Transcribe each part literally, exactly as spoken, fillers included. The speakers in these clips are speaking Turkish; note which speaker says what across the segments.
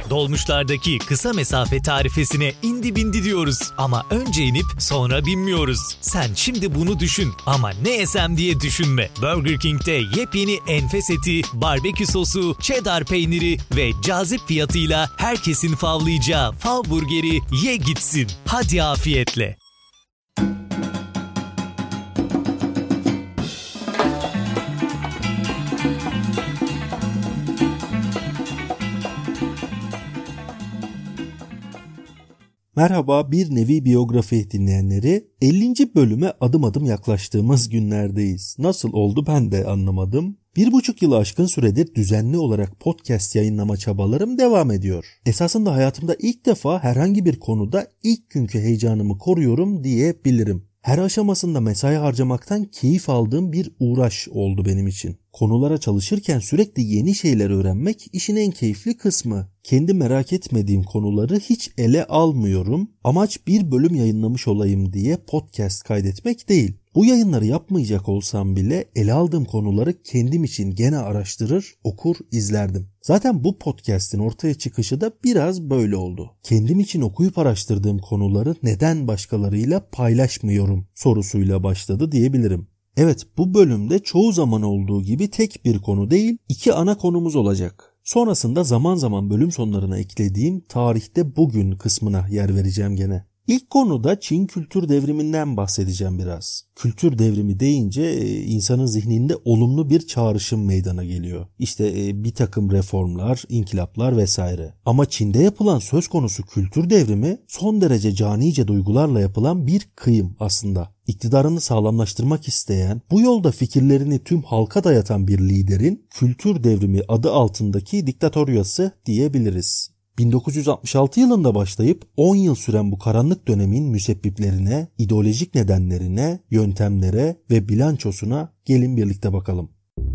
Speaker 1: Dolmuşlardaki kısa mesafe tarifesine indi bindi diyoruz. Ama önce inip sonra binmiyoruz. Sen şimdi bunu düşün ama ne yesem diye düşünme. Burger King'de yepyeni enfes eti, barbekü sosu, cheddar peyniri ve cazip fiyatıyla herkesin favlayacağı Fav Burger'i ye gitsin. Hadi afiyetle.
Speaker 2: Merhaba, bir nevi biyografi dinleyenleri. ellinci bölüme adım adım yaklaştığımız günlerdeyiz. Nasıl oldu ben de anlamadım. Bir buçuk yılı aşkın süredir düzenli olarak podcast yayınlama çabalarım devam ediyor. Esasında hayatımda ilk defa herhangi bir konuda ilk günkü heyecanımı koruyorum diyebilirim. Her aşamasında mesai harcamaktan keyif aldığım bir uğraş oldu benim için. Konulara çalışırken sürekli yeni şeyler öğrenmek işin en keyifli kısmı. Kendi merak etmediğim konuları hiç ele almıyorum. Amaç bir bölüm yayınlamış olayım diye podcast kaydetmek değil. Bu yayınları yapmayacak olsam bile ele aldığım konuları kendim için gene araştırır, okur, izlerdim. Zaten bu podcast'in ortaya çıkışı da biraz böyle oldu. Kendim için okuyup araştırdığım konuları neden başkalarıyla paylaşmıyorum sorusuyla başladı diyebilirim. Evet, bu bölümde çoğu zaman olduğu gibi tek bir konu değil, iki ana konumuz olacak. Sonrasında zaman zaman bölüm sonlarına eklediğim tarihte bugün kısmına yer vereceğim gene. İlk konuda Çin kültür devriminden bahsedeceğim biraz. Kültür devrimi deyince insanın zihninde olumlu bir çağrışım meydana geliyor. İşte bir takım reformlar, inkılaplar vesaire. Ama Çin'de yapılan söz konusu kültür devrimi son derece canice duygularla yapılan bir kıyım aslında. İktidarını sağlamlaştırmak isteyen, bu yolda fikirlerini tüm halka dayatan bir liderin kültür devrimi adı altındaki diktatoryası diyebiliriz. bin dokuz yüz altmış altı yılında başlayıp on yıl süren bu karanlık dönemin müsebbiplerine, ideolojik nedenlerine, yöntemlere ve bilançosuna gelin birlikte bakalım.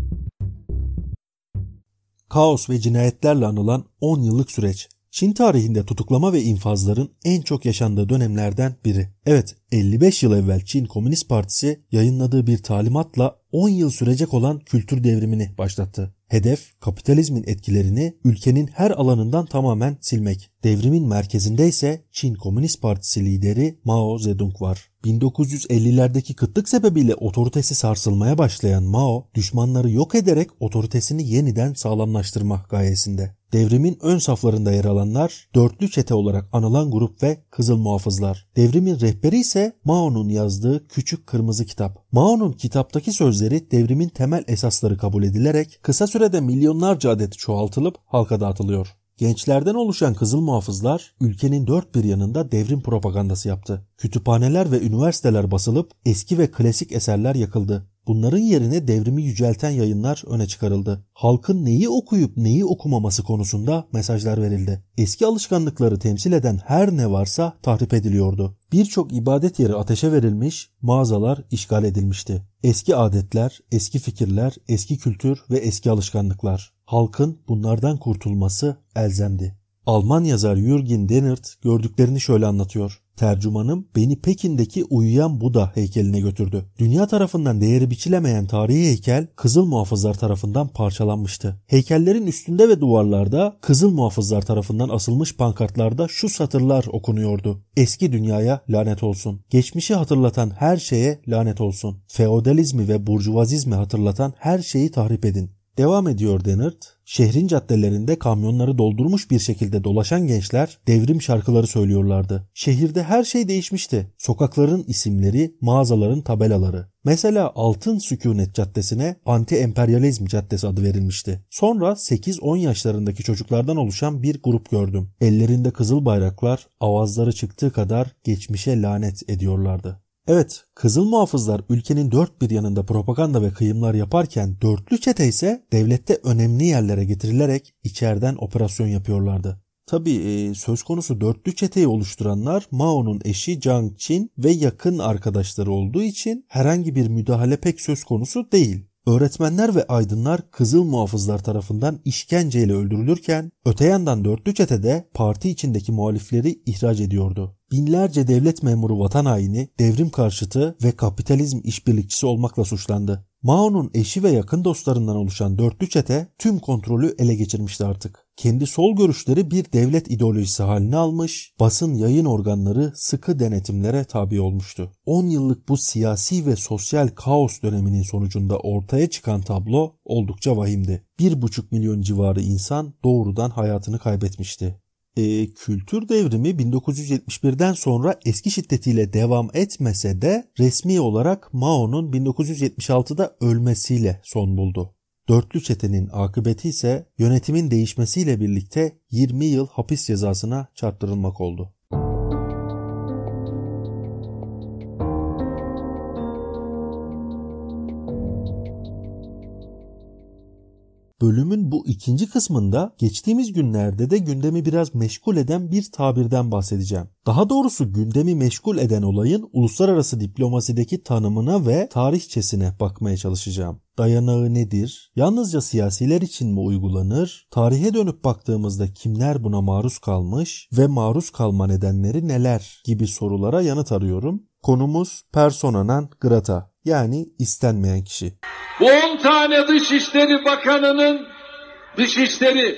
Speaker 2: Kaos ve cinayetlerle anılan on yıllık süreç. Çin tarihinde tutuklama ve infazların en çok yaşandığı dönemlerden biri. Evet, elli beş yıl evvel Çin Komünist Partisi yayınladığı bir talimatla on yıl sürecek olan kültür devrimini başlattı. Hedef, kapitalizmin etkilerini ülkenin her alanından tamamen silmek. Devrimin merkezinde ise Çin Komünist Partisi lideri Mao Zedong var. bin dokuz yüz ellilerdeki kıtlık sebebiyle otoritesi sarsılmaya başlayan Mao, düşmanları yok ederek otoritesini yeniden sağlamlaştırma gayesinde. Devrimin ön saflarında yer alanlar dörtlü çete olarak anılan grup ve Kızıl Muhafızlar. Devrimin rehberi ise Mao'nun yazdığı Küçük Kırmızı Kitap. Mao'nun kitaptaki sözleri devrimin temel esasları kabul edilerek kısa sürede milyonlarca adet çoğaltılıp halka dağıtılıyor. Gençlerden oluşan Kızıl Muhafızlar ülkenin dört bir yanında devrim propagandası yaptı. Kütüphaneler ve üniversiteler basılıp eski ve klasik eserler yakıldı. Bunların yerine devrimi yücelten yayınlar öne çıkarıldı. Halkın neyi okuyup neyi okumaması konusunda mesajlar verildi. Eski alışkanlıkları temsil eden her ne varsa tahrip ediliyordu. Birçok ibadet yeri ateşe verilmiş, mağazalar işgal edilmişti. Eski adetler, eski fikirler, eski kültür ve eski alışkanlıklar. Halkın bunlardan kurtulması elzemdi. Alman yazar Jürgen Dennert gördüklerini şöyle anlatıyor. Tercümanım beni Pekin'deki uyuyan Buda heykeline götürdü. Dünya tarafından değeri biçilemeyen tarihi heykel Kızıl Muhafızlar tarafından parçalanmıştı. Heykellerin üstünde ve duvarlarda Kızıl Muhafızlar tarafından asılmış pankartlarda şu satırlar okunuyordu. Eski dünyaya lanet olsun. Geçmişi hatırlatan her şeye lanet olsun. Feodalizmi ve burjuvazizmi hatırlatan her şeyi tahrip edin. Devam ediyor Dennert. Şehrin caddelerinde kamyonları doldurmuş bir şekilde dolaşan gençler devrim şarkıları söylüyorlardı. Şehirde her şey değişmişti. Sokakların isimleri, mağazaların tabelaları. Mesela Altın Sükunet Caddesi'ne Anti-Emperyalizm Caddesi adı verilmişti. Sonra sekiz on yaşlarındaki çocuklardan oluşan bir grup gördüm. Ellerinde kızıl bayraklar, avazları çıktığı kadar geçmişe lanet ediyorlardı. Evet, Kızıl Muhafızlar ülkenin dört bir yanında propaganda ve kıyımlar yaparken dörtlü çete ise devlette önemli yerlere getirilerek içeriden operasyon yapıyorlardı. Tabii e, söz konusu dörtlü çeteyi oluşturanlar Mao'nun eşi Jiang Qin ve yakın arkadaşları olduğu için herhangi bir müdahale pek söz konusu değil. Öğretmenler ve aydınlar Kızıl Muhafızlar tarafından işkenceyle öldürülürken öte yandan dörtlü çete de parti içindeki muhalifleri ihraç ediyordu. Binlerce devlet memuru vatan haini, devrim karşıtı ve kapitalizm işbirlikçisi olmakla suçlandı. Mao'nun eşi ve yakın dostlarından oluşan dörtlü çete tüm kontrolü ele geçirmişti artık. Kendi sol görüşleri bir devlet ideolojisi haline almış, basın yayın organları sıkı denetimlere tabi olmuştu. on yıllık bu siyasi ve sosyal kaos döneminin sonucunda ortaya çıkan tablo oldukça vahimdi. bir buçuk milyon civarı insan doğrudan hayatını kaybetmişti. E, kültür devrimi bin dokuz yüz yetmiş birden sonra eski şiddetiyle devam etmese de resmi olarak Mao'nun bin dokuz yüz yetmiş altıda ölmesiyle son buldu. Dörtlü çetenin akıbeti ise yönetimin değişmesiyle birlikte yirmi yıl hapis cezasına çarptırılmak oldu. Bölümün bu ikinci kısmında geçtiğimiz günlerde de gündemi biraz meşgul eden bir tabirden bahsedeceğim. Daha doğrusu gündemi meşgul eden olayın uluslararası diplomasideki tanımına ve tarihçesine bakmaya çalışacağım. Dayanağı nedir? Yalnızca siyasiler için mi uygulanır? Tarihe dönüp baktığımızda kimler buna maruz kalmış ve maruz kalma nedenleri neler gibi sorulara yanıt arıyorum. Konumuz persona non grata, yani istenmeyen kişi.
Speaker 3: Bu on tane Dışişleri Bakanı'nın Dışişleri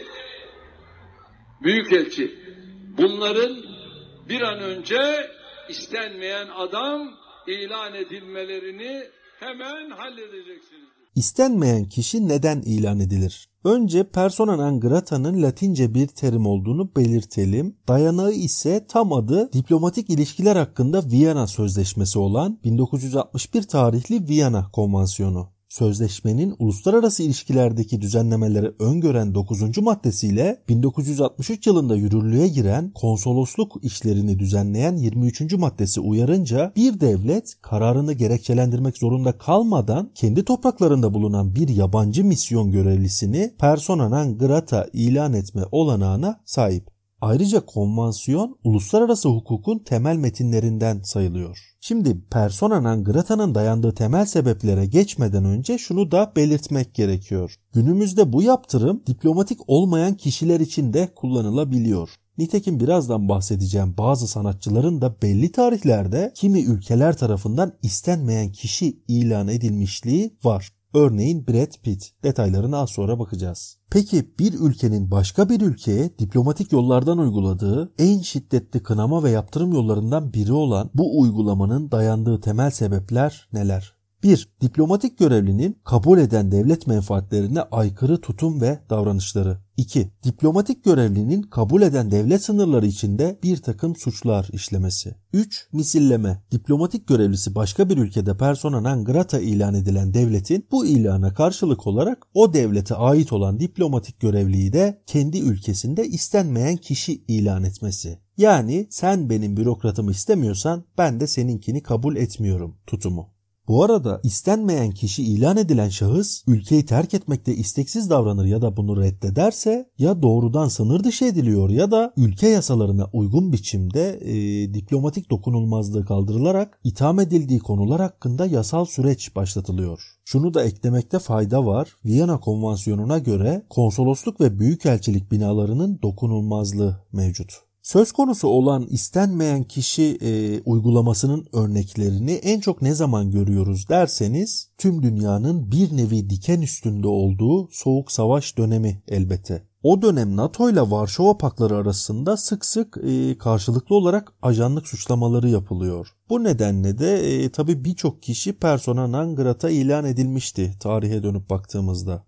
Speaker 3: Büyükelçi, bunların bir an önce istenmeyen adam ilan edilmelerini hemen halledeceksiniz.
Speaker 2: İstenmeyen kişi neden ilan edilir? Önce persona non grata'nın Latince bir terim olduğunu belirtelim. Dayanağı ise tam adı diplomatik ilişkiler hakkında Viyana Sözleşmesi olan bin dokuz yüz altmış bir tarihli Viyana Konvansiyonu. Sözleşmenin uluslararası ilişkilerdeki düzenlemeleri öngören dokuzuncu maddesiyle bin dokuz yüz altmış üç yılında yürürlüğe giren konsolosluk işlerini düzenleyen yirmi üçüncü maddesi uyarınca bir devlet kararını gerekçelendirmek zorunda kalmadan kendi topraklarında bulunan bir yabancı misyon görevlisini persona non grata ilan etme olanağına sahip. Ayrıca konvansiyon uluslararası hukukun temel metinlerinden sayılıyor. Şimdi persona non grata'nın dayandığı temel sebeplere geçmeden önce şunu da belirtmek gerekiyor. Günümüzde bu yaptırım diplomatik olmayan kişiler için de kullanılabiliyor. Nitekim birazdan bahsedeceğim bazı sanatçıların da belli tarihlerde kimi ülkeler tarafından istenmeyen kişi ilan edilmişliği var. Örneğin Brad Pitt. Detaylarına az sonra bakacağız. Peki bir ülkenin başka bir ülkeye diplomatik yollardan uyguladığı en şiddetli kınama ve yaptırım yollarından biri olan bu uygulamanın dayandığı temel sebepler neler? bir. Diplomatik görevlinin kabul eden devlet menfaatlerine aykırı tutum ve davranışları. iki. Diplomatik görevlinin kabul eden devlet sınırları içinde bir takım suçlar işlemesi. üç. Misilleme. Diplomatik görevlisi başka bir ülkede persona non grata ilan edilen devletin bu ilana karşılık olarak o devlete ait olan diplomatik görevliyi de kendi ülkesinde istenmeyen kişi ilan etmesi. Yani sen benim bürokratımı istemiyorsan ben de seninkini kabul etmiyorum tutumu. Bu arada istenmeyen kişi ilan edilen şahıs ülkeyi terk etmekte isteksiz davranır ya da bunu reddederse ya doğrudan sınır dışı ediliyor ya da ülke yasalarına uygun biçimde e, diplomatik dokunulmazlığı kaldırılarak itham edildiği konular hakkında yasal süreç başlatılıyor. Şunu da eklemekte fayda var. Viyana Konvansiyonu'na göre konsolosluk ve büyükelçilik binalarının dokunulmazlığı mevcut. Söz konusu olan istenmeyen kişi e, uygulamasının örneklerini en çok ne zaman görüyoruz derseniz tüm dünyanın bir nevi diken üstünde olduğu Soğuk Savaş dönemi elbette. O dönem NATO ile Varşova Pakları arasında sık sık e, karşılıklı olarak ajanlık suçlamaları yapılıyor. Bu nedenle de e, tabii birçok kişi persona non grata ilan edilmişti tarihe dönüp baktığımızda.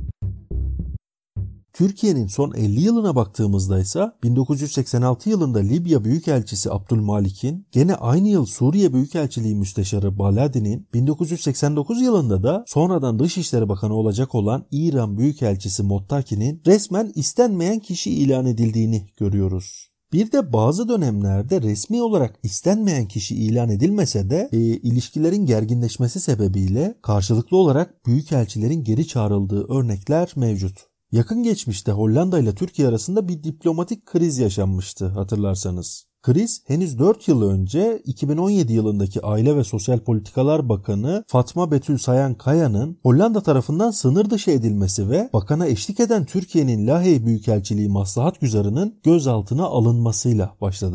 Speaker 2: Türkiye'nin son elli yılına baktığımızda ise bin dokuz yüz seksen altı yılında Libya Büyükelçisi Abdülmalik'in, gene aynı yıl Suriye Büyükelçiliği Müsteşarı Baladi'nin, bin dokuz yüz seksen dokuz yılında da sonradan Dışişleri Bakanı olacak olan İran Büyükelçisi Mottaki'nin resmen istenmeyen kişi ilan edildiğini görüyoruz. Bir de bazı dönemlerde resmi olarak istenmeyen kişi ilan edilmese de e, ilişkilerin gerginleşmesi sebebiyle karşılıklı olarak büyükelçilerin geri çağrıldığı örnekler mevcut. Yakın geçmişte Hollanda ile Türkiye arasında bir diplomatik kriz yaşanmıştı hatırlarsanız. Kriz henüz dört yıl önce iki bin on yedi yılındaki Aile ve Sosyal Politikalar Bakanı Fatma Betül Sayan Kaya'nın Hollanda tarafından sınır dışı edilmesi ve bakana eşlik eden Türkiye'nin Lahey Büyükelçiliği Maslahatgüzarı'nın gözaltına alınmasıyla başladı.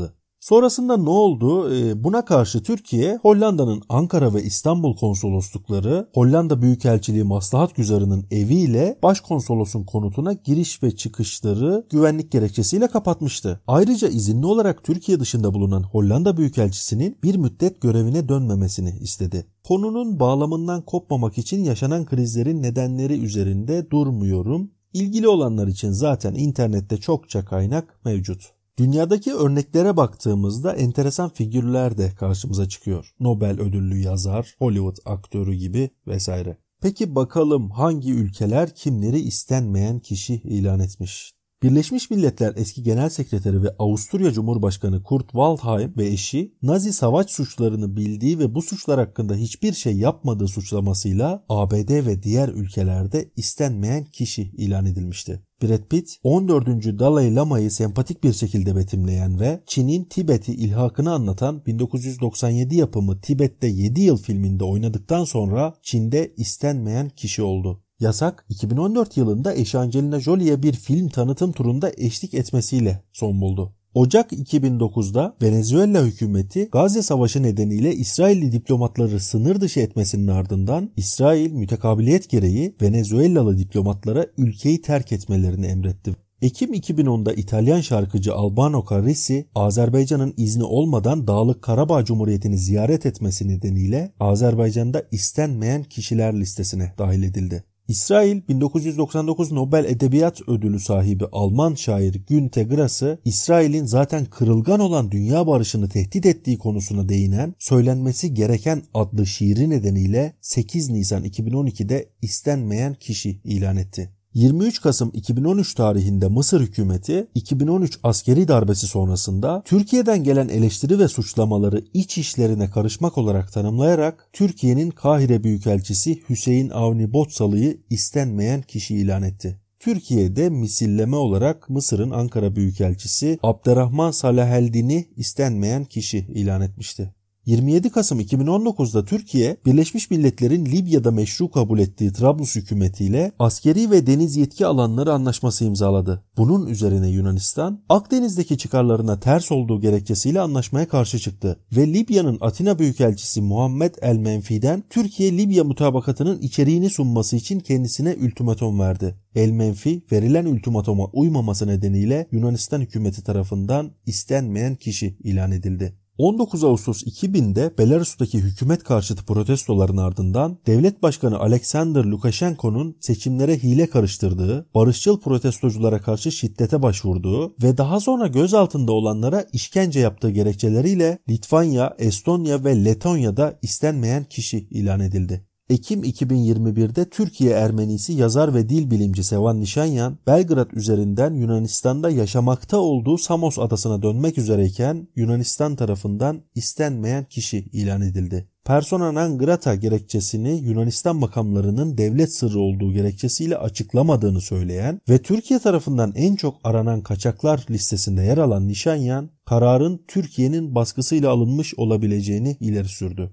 Speaker 2: Sonrasında ne oldu? Buna karşı Türkiye, Hollanda'nın Ankara ve İstanbul konsoloslukları, Hollanda Büyükelçiliği Maslahatgüzarı'nın eviyle başkonsolosun konutuna giriş ve çıkışları güvenlik gerekçesiyle kapatmıştı. Ayrıca izinli olarak Türkiye dışında bulunan Hollanda Büyükelçisi'nin bir müddet görevine dönmemesini istedi. Konunun bağlamından kopmamak için yaşanan krizlerin nedenleri üzerinde durmuyorum. İlgili olanlar için zaten internette çokça kaynak mevcut. Dünyadaki örneklere baktığımızda enteresan figürler de karşımıza çıkıyor. Nobel ödüllü yazar, Hollywood aktörü gibi vesaire. Peki bakalım hangi ülkeler kimleri istenmeyen kişi ilan etmiş? Birleşmiş Milletler eski Genel Sekreteri ve Avusturya Cumhurbaşkanı Kurt Waldheim ve eşi Nazi savaş suçlarını bildiği ve bu suçlar hakkında hiçbir şey yapmadığı suçlamasıyla A B D ve diğer ülkelerde istenmeyen kişi ilan edilmişti. Brad Pitt, on dördüncü Dalai Lama'yı sempatik bir şekilde betimleyen ve Çin'in Tibet'i ilhakını anlatan bin dokuz yüz doksan yedi yapımı Tibet'te yedi yıl filminde oynadıktan sonra Çin'de istenmeyen kişi oldu. Yasak iki bin on dört yılında eşi Angelina Jolie'ye bir film tanıtım turunda eşlik etmesiyle son buldu. Ocak iki bin dokuzda Venezuela hükümeti Gazze Savaşı nedeniyle İsrailli diplomatları sınır dışı etmesinin ardından İsrail mütekabiliyet gereği Venezuelalı diplomatlara ülkeyi terk etmelerini emretti. Ekim iki bin onda İtalyan şarkıcı Albano Carrisi, Azerbaycan'ın izni olmadan Dağlık Karabağ Cumhuriyeti'ni ziyaret etmesi nedeniyle Azerbaycan'da istenmeyen kişiler listesine dahil edildi. İsrail bin dokuz yüz doksan dokuz Nobel Edebiyat Ödülü sahibi Alman şair Günter Grass'ı İsrail'in zaten kırılgan olan dünya barışını tehdit ettiği konusuna değinen Söylenmesi Gereken adlı şiiri nedeniyle sekiz Nisan iki bin on ikide istenmeyen kişi ilan etti. yirmi üç Kasım iki bin on üç tarihinde Mısır hükümeti iki bin on üç askeri darbesi sonrasında Türkiye'den gelen eleştiri ve suçlamaları iç işlerine karışmak olarak tanımlayarak Türkiye'nin Kahire Büyükelçisi Hüseyin Avni Botsalı'yı istenmeyen kişi ilan etti. Türkiye'de misilleme olarak Mısır'ın Ankara Büyükelçisi Abderrahman Salaheldin'i istenmeyen kişi ilan etmişti. yirmi yedi Kasım iki bin on dokuzda Türkiye, Birleşmiş Milletler'in Libya'da meşru kabul ettiği Trablus hükümetiyle askeri ve deniz yetki alanları anlaşması imzaladı. Bunun üzerine Yunanistan, Akdeniz'deki çıkarlarına ters olduğu gerekçesiyle anlaşmaya karşı çıktı ve Libya'nın Atina Büyükelçisi Muhammed El Menfi'den Türkiye-Libya mutabakatının içeriğini sunması için kendisine ultimatom verdi. El Menfi, verilen ultimatoma uymaması nedeniyle Yunanistan hükümeti tarafından istenmeyen kişi ilan edildi. on dokuz Ağustos iki binde Belarus'taki hükümet karşıtı protestoların ardından Devlet Başkanı Alexander Lukashenko'nun seçimlere hile karıştırdığı, barışçıl protestoculara karşı şiddete başvurduğu ve daha sonra gözaltında olanlara işkence yaptığı gerekçeleriyle Litvanya, Estonya ve Letonya'da istenmeyen kişi ilan edildi. Ekim iki bin yirmi birde Türkiye Ermenisi yazar ve dil bilimci Sevan Nişanyan, Belgrad üzerinden Yunanistan'da yaşamakta olduğu Samos adasına dönmek üzereyken Yunanistan tarafından istenmeyen kişi ilan edildi. Persona non grata gerekçesini Yunanistan makamlarının devlet sırrı olduğu gerekçesiyle açıklamadığını söyleyen ve Türkiye tarafından en çok aranan kaçaklar listesinde yer alan Nişanyan, kararın Türkiye'nin baskısıyla alınmış olabileceğini ileri sürdü.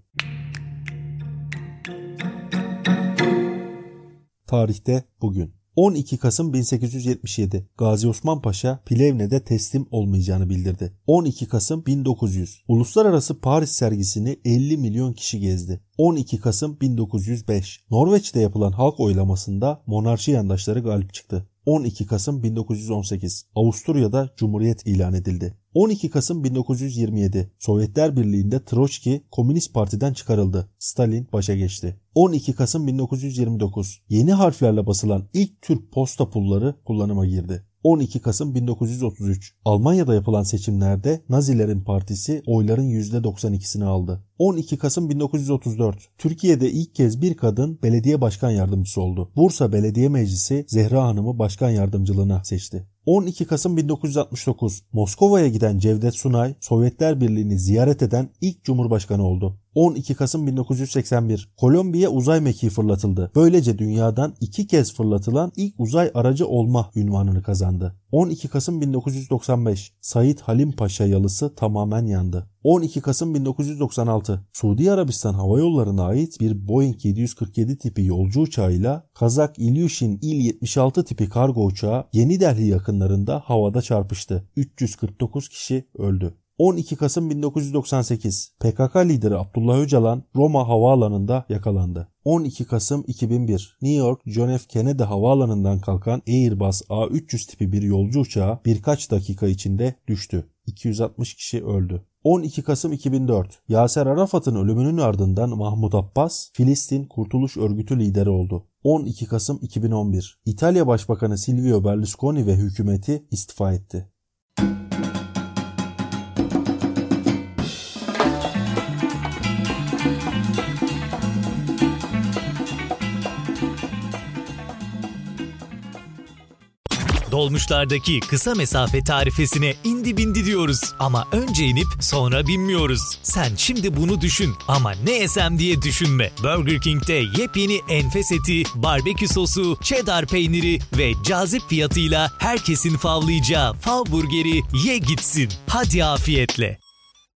Speaker 2: Tarihte bugün. on iki Kasım bin sekiz yüz yetmiş yedi Gazi Osman Paşa Plevne'de teslim olmayacağını bildirdi. on iki Kasım bin dokuz yüz Uluslararası Paris sergisini elli milyon kişi gezdi. on iki Kasım bin dokuz yüz beş Norveç'te yapılan halk oylamasında monarşi yandaşları galip çıktı. on iki Kasım bin dokuz yüz on sekiz Avusturya'da Cumhuriyet ilan edildi. on iki Kasım bin dokuz yüz yirmi yedi Sovyetler Birliği'nde Troçki Komünist Parti'den çıkarıldı. Stalin başa geçti. on iki Kasım bin dokuz yüz yirmi dokuz Yeni harflerle basılan ilk Türk posta pulları kullanıma girdi. on iki Kasım bin dokuz yüz otuz üç Almanya'da yapılan seçimlerde Nazilerin partisi oyların yüzde doksan ikisini aldı. on iki Kasım bin dokuz yüz otuz dört Türkiye'de ilk kez bir kadın belediye başkan yardımcısı oldu. Bursa Belediye Meclisi Zehra Hanım'ı başkan yardımcılığına seçti. on iki Kasım bin dokuz yüz altmış dokuz Moskova'ya giden Cevdet Sunay, Sovyetler Birliği'ni ziyaret eden ilk cumhurbaşkanı oldu. on iki Kasım bin dokuz yüz seksen bir Kolombiya'ya uzay mekiği fırlatıldı. Böylece dünyadan iki kez fırlatılan ilk uzay aracı olma unvanını kazandı. on iki Kasım bin dokuz yüz doksan beş Said Halim Paşa yalısı tamamen yandı. on iki Kasım bin dokuz yüz doksan altı Suudi Arabistan Hava Yolları'na ait bir Boeing yedi yüz kırk yedi tipi yolcu uçağıyla Kazak Ilyushin İl yetmiş altı tipi kargo uçağı Yeni Delhi yakınlarında havada çarpıştı. üç yüz kırk dokuz kişi öldü. on iki Kasım bin dokuz yüz doksan sekiz P K K lideri Abdullah Öcalan Roma havaalanında yakalandı. on iki Kasım iki bin bir New York John F. Kennedy havaalanından kalkan Airbus A üç yüz tipi bir yolcu uçağı birkaç dakika içinde düştü. iki yüz altmış kişi öldü. on iki Kasım iki bin dört Yaser Arafat'ın ölümünün ardından Mahmut Abbas Filistin Kurtuluş Örgütü lideri oldu. on iki Kasım iki bin on bir İtalya Başbakanı Silvio Berlusconi ve hükümeti istifa etti.
Speaker 1: Dolmuşlardaki kısa mesafe tarifesine indi bindi diyoruz ama önce inip sonra binmiyoruz. Sen şimdi bunu düşün ama ne yesem diye düşünme. Burger King'de yepyeni enfes eti, barbekü sosu, cheddar peyniri ve cazip fiyatıyla herkesin favlayacağı fav burgeri ye gitsin. Hadi afiyetle.